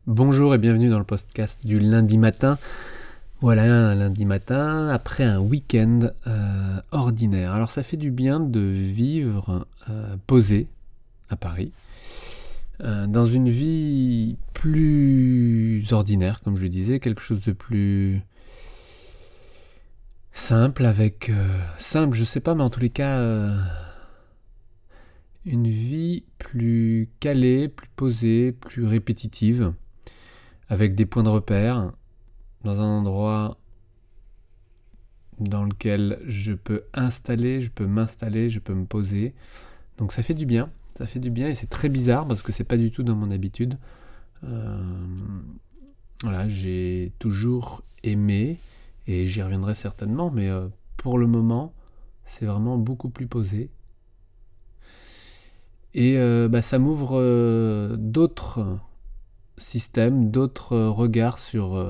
Bonjour et bienvenue dans le podcast du lundi matin. Voilà, un lundi matin après un week-end ordinaire. Alors ça fait du bien de vivre posé à Paris, dans une vie plus ordinaire, comme je le disais, quelque chose de plus simple avec... simple, je sais pas, mais en tous les cas, une vie plus calée, plus posée, plus répétitive, avec des points de repère, dans un endroit dans lequel je peux m'installer, je peux me poser. Donc ça fait du bien, et c'est très bizarre parce que c'est pas du tout dans mon habitude. Euh, voilà, j'ai toujours aimé, et j'y reviendrai certainement, mais pour le moment, c'est vraiment beaucoup plus posé. Et ça m'ouvre d'autres systèmes, d'autres regards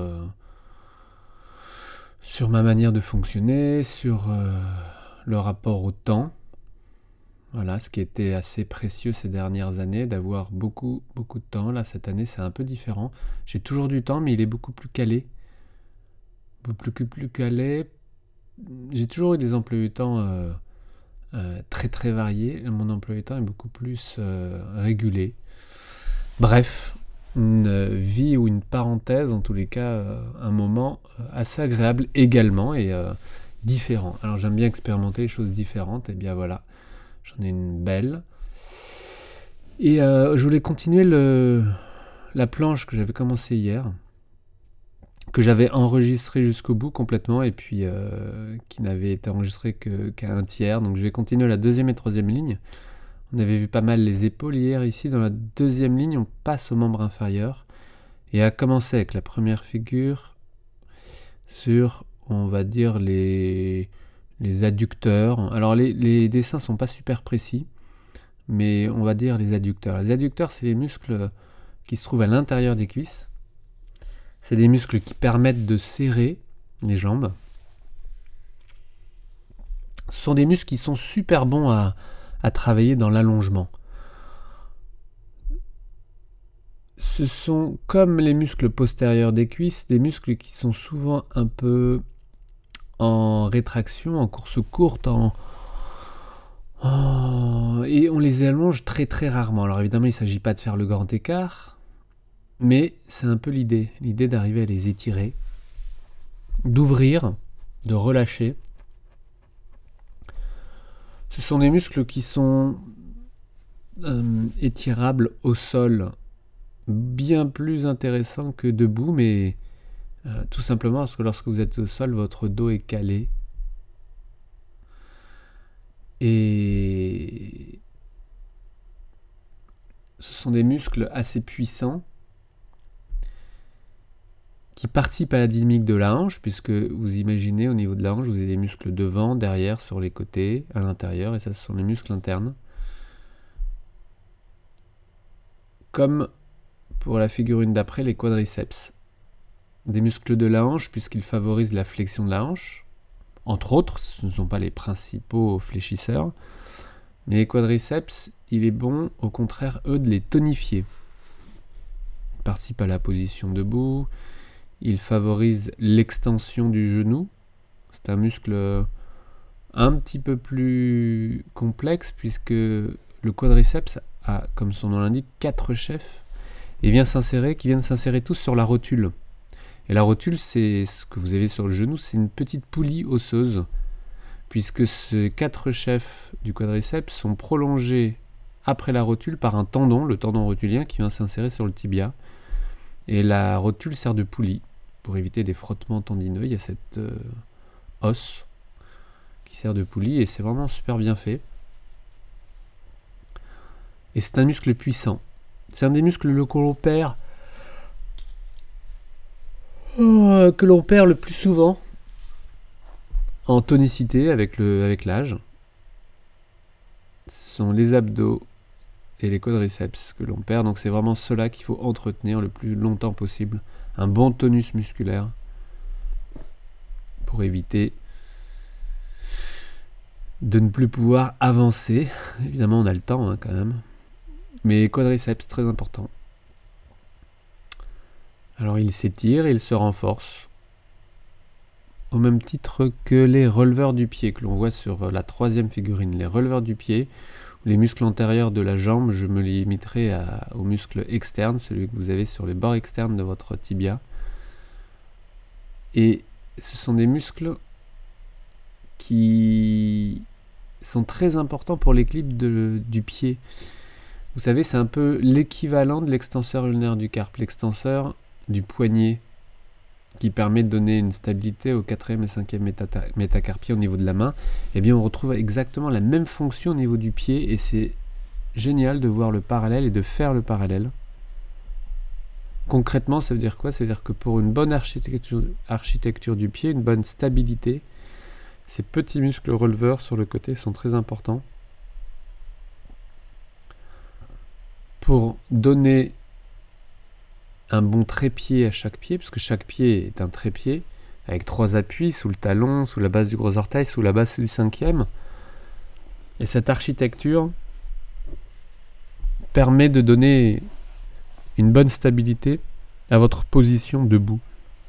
sur ma manière de fonctionner, sur le rapport au temps. Voilà, ce qui était assez précieux ces dernières années, d'avoir beaucoup, beaucoup de temps. Là, cette année, c'est un peu différent. J'ai toujours du temps, mais il est beaucoup plus calé. Beaucoup plus calé. J'ai toujours eu des emplois du temps très, très variés. Mon emploi du temps est beaucoup plus régulé. Bref, une vie ou une parenthèse, en tous les cas, un moment assez agréable également et différent. Alors, j'aime bien expérimenter les choses différentes, et bien voilà. J'en ai une belle. Et je voulais continuer la planche que j'avais commencé hier, que j'avais enregistrée jusqu'au bout complètement, et puis qui n'avait été enregistrée qu'à un tiers. Donc je vais continuer la deuxième et troisième ligne. On avait vu pas mal les épaules hier. Ici, dans la deuxième ligne, on passe au membre inférieur. Et à commencer avec la première figure sur, on va dire, les adducteurs. Alors les dessins sont pas super précis, mais on va dire les adducteurs. Les adducteurs, c'est les muscles qui se trouvent à l'intérieur des cuisses. C'est des muscles qui permettent de serrer les jambes. Ce sont des muscles qui sont super bons à travailler dans l'allongement. Ce sont comme les muscles postérieurs des cuisses, des muscles qui sont souvent un peu en rétraction, en course courte, et on les allonge très très rarement. Alors évidemment, il ne s'agit pas de faire le grand écart, mais c'est un peu l'idée d'arriver à les étirer, d'ouvrir, de relâcher. Ce sont des muscles qui sont étirables au sol, bien plus intéressants que debout, mais tout simplement parce que lorsque vous êtes au sol, votre dos est calé. Et ce sont des muscles assez puissants qui participent à la dynamique de la hanche, puisque vous imaginez au niveau de la hanche, vous avez des muscles devant, derrière, sur les côtés, à l'intérieur, et ça, ce sont les muscles internes. Comme pour la figure 1 d'après, les quadriceps. Des muscles de la hanche, puisqu'ils favorisent la flexion de la hanche. Entre autres, ce ne sont pas les principaux fléchisseurs. Mais les quadriceps, il est bon, au contraire, eux, de les tonifier. Ils participent à la position debout. Ils favorisent l'extension du genou. C'est un muscle un petit peu plus complexe, puisque le quadriceps a, comme son nom l'indique, 4 chefs, et qui viennent s'insérer tous sur la rotule. Et la rotule, c'est ce que vous avez sur le genou, c'est une petite poulie osseuse, puisque ces 4 chefs du quadriceps sont prolongés après la rotule par un tendon, le tendon rotulien, qui vient s'insérer sur le tibia. Et la rotule sert de poulie pour éviter des frottements tendineux. Il y a cette os qui sert de poulie, et c'est vraiment super bien fait. Et c'est un muscle puissant. C'est un des muscles que l'on perd le plus souvent en tonicité avec l'âge. Ce sont les abdos et les quadriceps que l'on perd, donc c'est vraiment cela qu'il faut entretenir le plus longtemps possible. Un bon tonus musculaire pour éviter de ne plus pouvoir avancer. Évidemment, on a le temps quand même. Mais quadriceps, très important. Alors il s'étire et il se renforce, au même titre que les releveurs du pied que l'on voit sur la troisième figurine. Les releveurs du pied, ou les muscles antérieurs de la jambe, je me limiterai au muscle externe, celui que vous avez sur les bords externes de votre tibia. Et ce sont des muscles qui sont très importants pour l'équilibre du pied. Vous savez, c'est un peu l'équivalent de l'extenseur ulnaire du carpe, l'extenseur du poignet, qui permet de donner une stabilité au 4e et 5e métacarpie au niveau de la main. Eh bien, on retrouve exactement la même fonction au niveau du pied, et c'est génial de voir le parallèle et de faire le parallèle. Concrètement, ça veut dire quoi? Ça veut dire que pour une bonne architecture du pied, une bonne stabilité, ces petits muscles releveurs sur le côté sont très importants pour donner un bon trépied à chaque pied, parce que chaque pied est un trépied, avec 3 appuis, sous le talon, sous la base du gros orteil, sous la base du 5e. Et cette architecture permet de donner une bonne stabilité à votre position debout.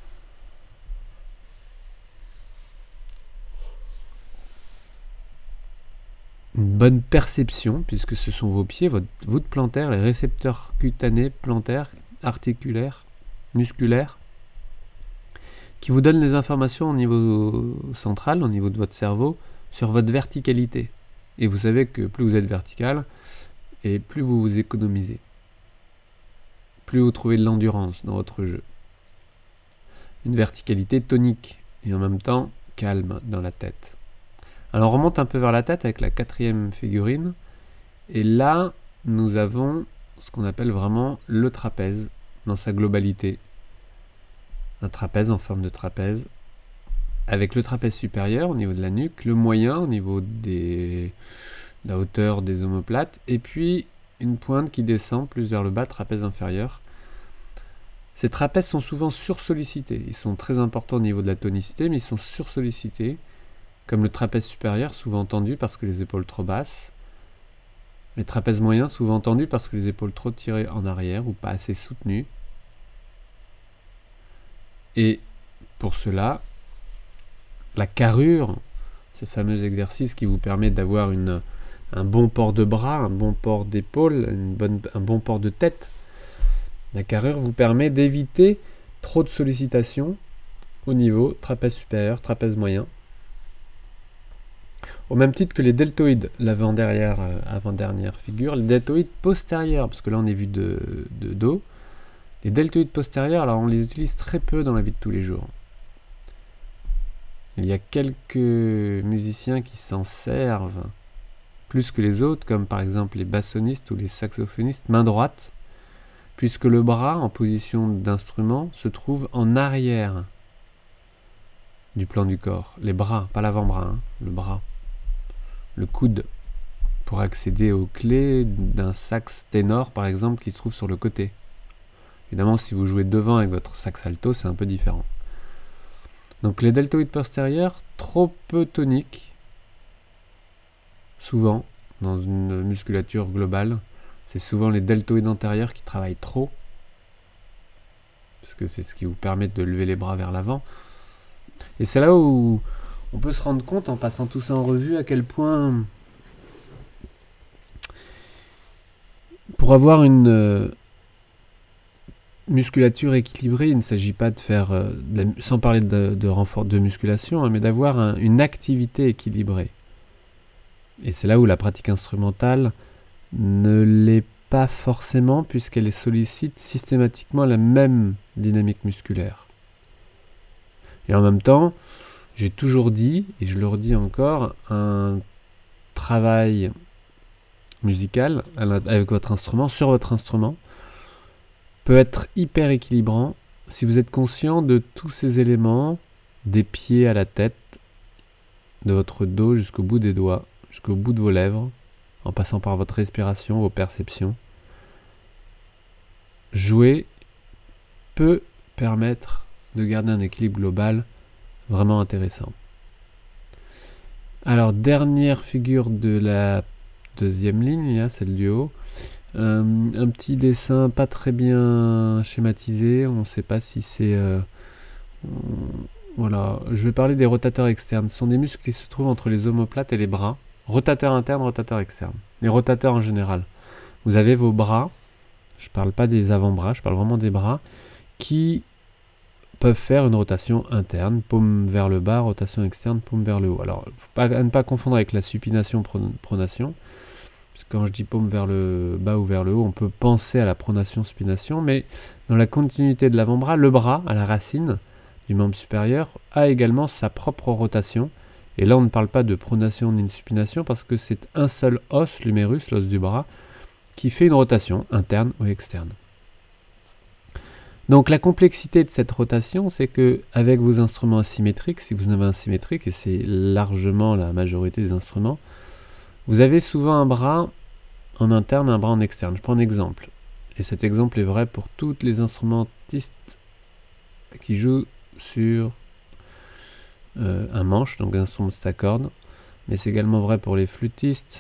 Une bonne perception, puisque ce sont vos pieds, votre voûte plantaire, les récepteurs cutanés, plantaires, articulaires, musculaires, qui vous donnent les informations au niveau central, au niveau de votre cerveau, sur votre verticalité. Et vous savez que plus vous êtes vertical, et plus vous vous économisez. Plus vous trouvez de l'endurance dans votre jeu. Une verticalité tonique, et en même temps calme dans la tête. Alors on remonte un peu vers la tête avec la 4e figurine, et là nous avons ce qu'on appelle vraiment le trapèze dans sa globalité. Un trapèze en forme de trapèze, avec le trapèze supérieur au niveau de la nuque, le moyen au niveau de la hauteur des omoplates, et puis une pointe qui descend plus vers le bas, trapèze inférieur. Ces trapèzes sont souvent sursollicités, ils sont très importants au niveau de la tonicité, mais ils sont sursollicités, comme le trapèze supérieur, souvent tendu parce que les épaules trop basses. Les trapèzes moyens, souvent tendus parce que les épaules trop tirées en arrière ou pas assez soutenues. Et pour cela, la carrure, ce fameux exercice qui vous permet d'avoir un bon port de bras, un bon port d'épaule, un bon port de tête, la carrure vous permet d'éviter trop de sollicitations au niveau trapèze supérieur, trapèze moyen. Au même titre que les deltoïdes, l'avant-dernière figure, les deltoïdes postérieurs, parce que là on est vu de dos. Les deltoïdes postérieurs, alors on les utilise très peu dans la vie de tous les jours. Il y a quelques musiciens qui s'en servent plus que les autres, comme par exemple les bassonistes ou les saxophonistes main droite, puisque le bras en position d'instrument se trouve en arrière du plan du corps. Les bras, pas l'avant-bras, le bras. Le coude pour accéder aux clés d'un sax ténor par exemple qui se trouve sur le côté. Évidemment, si vous jouez devant avec votre sax alto, c'est un peu différent. Donc les deltoïdes postérieurs, trop peu toniques, souvent dans une musculature globale, c'est souvent les deltoïdes antérieurs qui travaillent trop, parce que c'est ce qui vous permet de lever les bras vers l'avant. Et c'est là où on peut se rendre compte, en passant tout ça en revue, à quel point, pour avoir une musculature équilibrée, il ne s'agit pas de faire, sans parler de renfort de musculation, mais d'avoir une activité équilibrée. Et c'est là où la pratique instrumentale ne l'est pas forcément, puisqu'elle sollicite systématiquement la même dynamique musculaire. Et en même temps, j'ai toujours dit, et je le redis encore, un travail musical avec votre instrument, sur votre instrument, peut être hyper équilibrant si vous êtes conscient de tous ces éléments, des pieds à la tête, de votre dos jusqu'au bout des doigts, jusqu'au bout de vos lèvres, en passant par votre respiration, vos perceptions. Jouer peut permettre de garder un équilibre global vraiment intéressant. Alors, dernière figure de la deuxième ligne, celle du haut, Un petit dessin pas très bien schématisé, on ne sait pas si c'est... voilà, je vais parler des rotateurs externes. Ce sont des muscles qui se trouvent entre les omoplates et les bras. Rotateur interne, rotateur externe. Les rotateurs en général. Vous avez vos bras, je ne parle pas des avant-bras, je parle vraiment des bras, qui peuvent faire une rotation interne, paume vers le bas, rotation externe, paume vers le haut. Alors, à ne pas confondre avec la supination, pronation. Parce que quand je dis paume vers le bas ou vers le haut, on peut penser à la pronation, supination, mais dans la continuité de l'avant-bras, le bras, à la racine du membre supérieur, a également sa propre rotation. Et là, on ne parle pas de pronation ni de supination, parce que c'est un seul os, l'humérus, l'os du bras, qui fait une rotation interne ou externe. Donc la complexité de cette rotation, c'est que avec vos instruments asymétriques, si vous en avez un symétrique, et c'est largement la majorité des instruments, vous avez souvent un bras en interne et un bras en externe. Je prends un exemple. Et cet exemple est vrai pour tous les instrumentistes qui jouent sur un manche, donc un instrument à cordes. Mais c'est également vrai pour les flûtistes,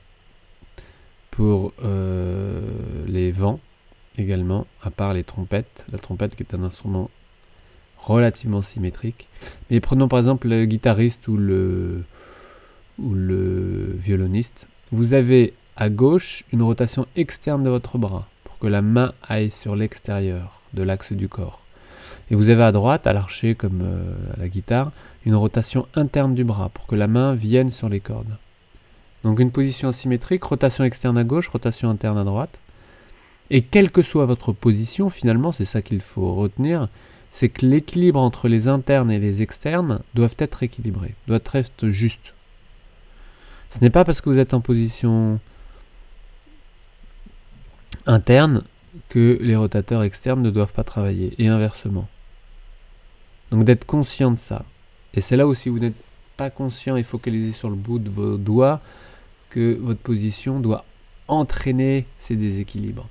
pour les vents également, à part les trompettes. La trompette qui est un instrument relativement symétrique. Mais prenons par exemple le guitariste ou le violoniste. Vous avez à gauche une rotation externe de votre bras pour que la main aille sur l'extérieur de l'axe du corps. Et vous avez à droite, à l'archer comme à la guitare, une rotation interne du bras pour que la main vienne sur les cordes. Donc une position asymétrique, rotation externe à gauche, rotation interne à droite. Et quelle que soit votre position, finalement, c'est ça qu'il faut retenir, c'est que l'équilibre entre les internes et les externes doivent être équilibrés, doit être juste. Ce n'est pas parce que vous êtes en position interne que les rotateurs externes ne doivent pas travailler, et inversement. Donc d'être conscient de ça. Et c'est là où si vous n'êtes pas conscient et focalisé sur le bout de vos doigts, que votre position doit entraîner ces déséquilibres.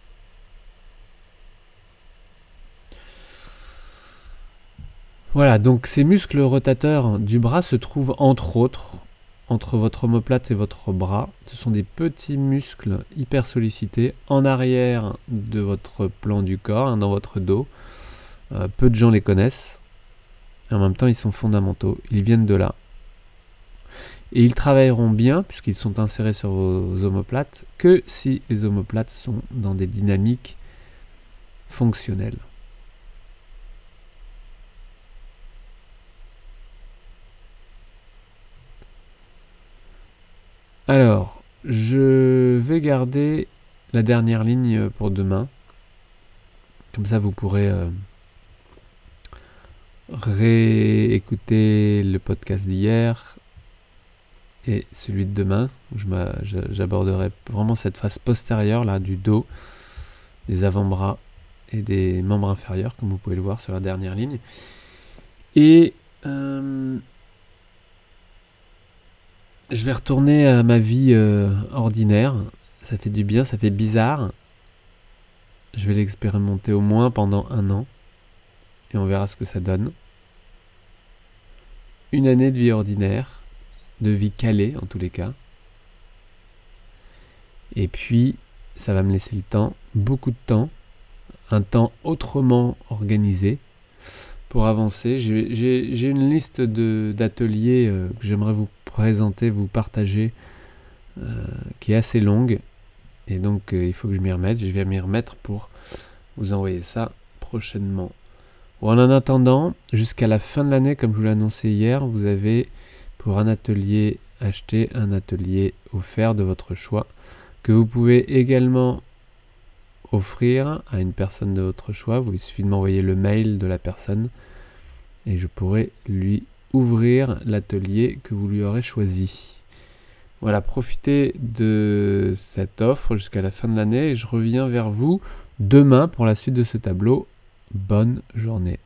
Voilà, donc ces muscles rotateurs du bras se trouvent entre autres entre votre omoplate et votre bras. Ce sont des petits muscles hyper sollicités en arrière de votre plan du corps, dans votre dos. Peu de gens les connaissent. En même temps, ils sont fondamentaux. Ils viennent de là. Et ils travailleront bien, puisqu'ils sont insérés sur vos omoplates, que si les omoplates sont dans des dynamiques fonctionnelles. Alors, je vais garder la dernière ligne pour demain. Comme ça, vous pourrez réécouter le podcast d'hier et celui de demain. Où j'aborderai vraiment cette phase postérieure là, du dos, des avant-bras et des membres inférieurs, comme vous pouvez le voir sur la dernière ligne. Et je vais retourner à ma vie ordinaire. Ça fait du bien, ça fait bizarre. Je vais l'expérimenter au moins pendant 1 an. Et on verra ce que ça donne. Une année de vie ordinaire, de vie calée en tous les cas. Et puis, ça va me laisser le temps, beaucoup de temps, un temps autrement organisé pour avancer. J'ai une liste d'ateliers que j'aimerais vous présenter, vous partager, qui est assez longue. Et donc, il faut que je m'y remette. Je vais m'y remettre pour vous envoyer ça prochainement. Bon, en attendant, jusqu'à la fin de l'année, comme je vous l'ai annoncé hier, vous avez pour un atelier acheté, un atelier offert de votre choix, que vous pouvez également offrir à une personne de votre choix. Il suffit de m'envoyer le mail de la personne et je pourrai lui ouvrir l'atelier que vous lui aurez choisi. Voilà, profitez de cette offre jusqu'à la fin de l'année et je reviens vers vous demain pour la suite de ce tableau. Bonne journée.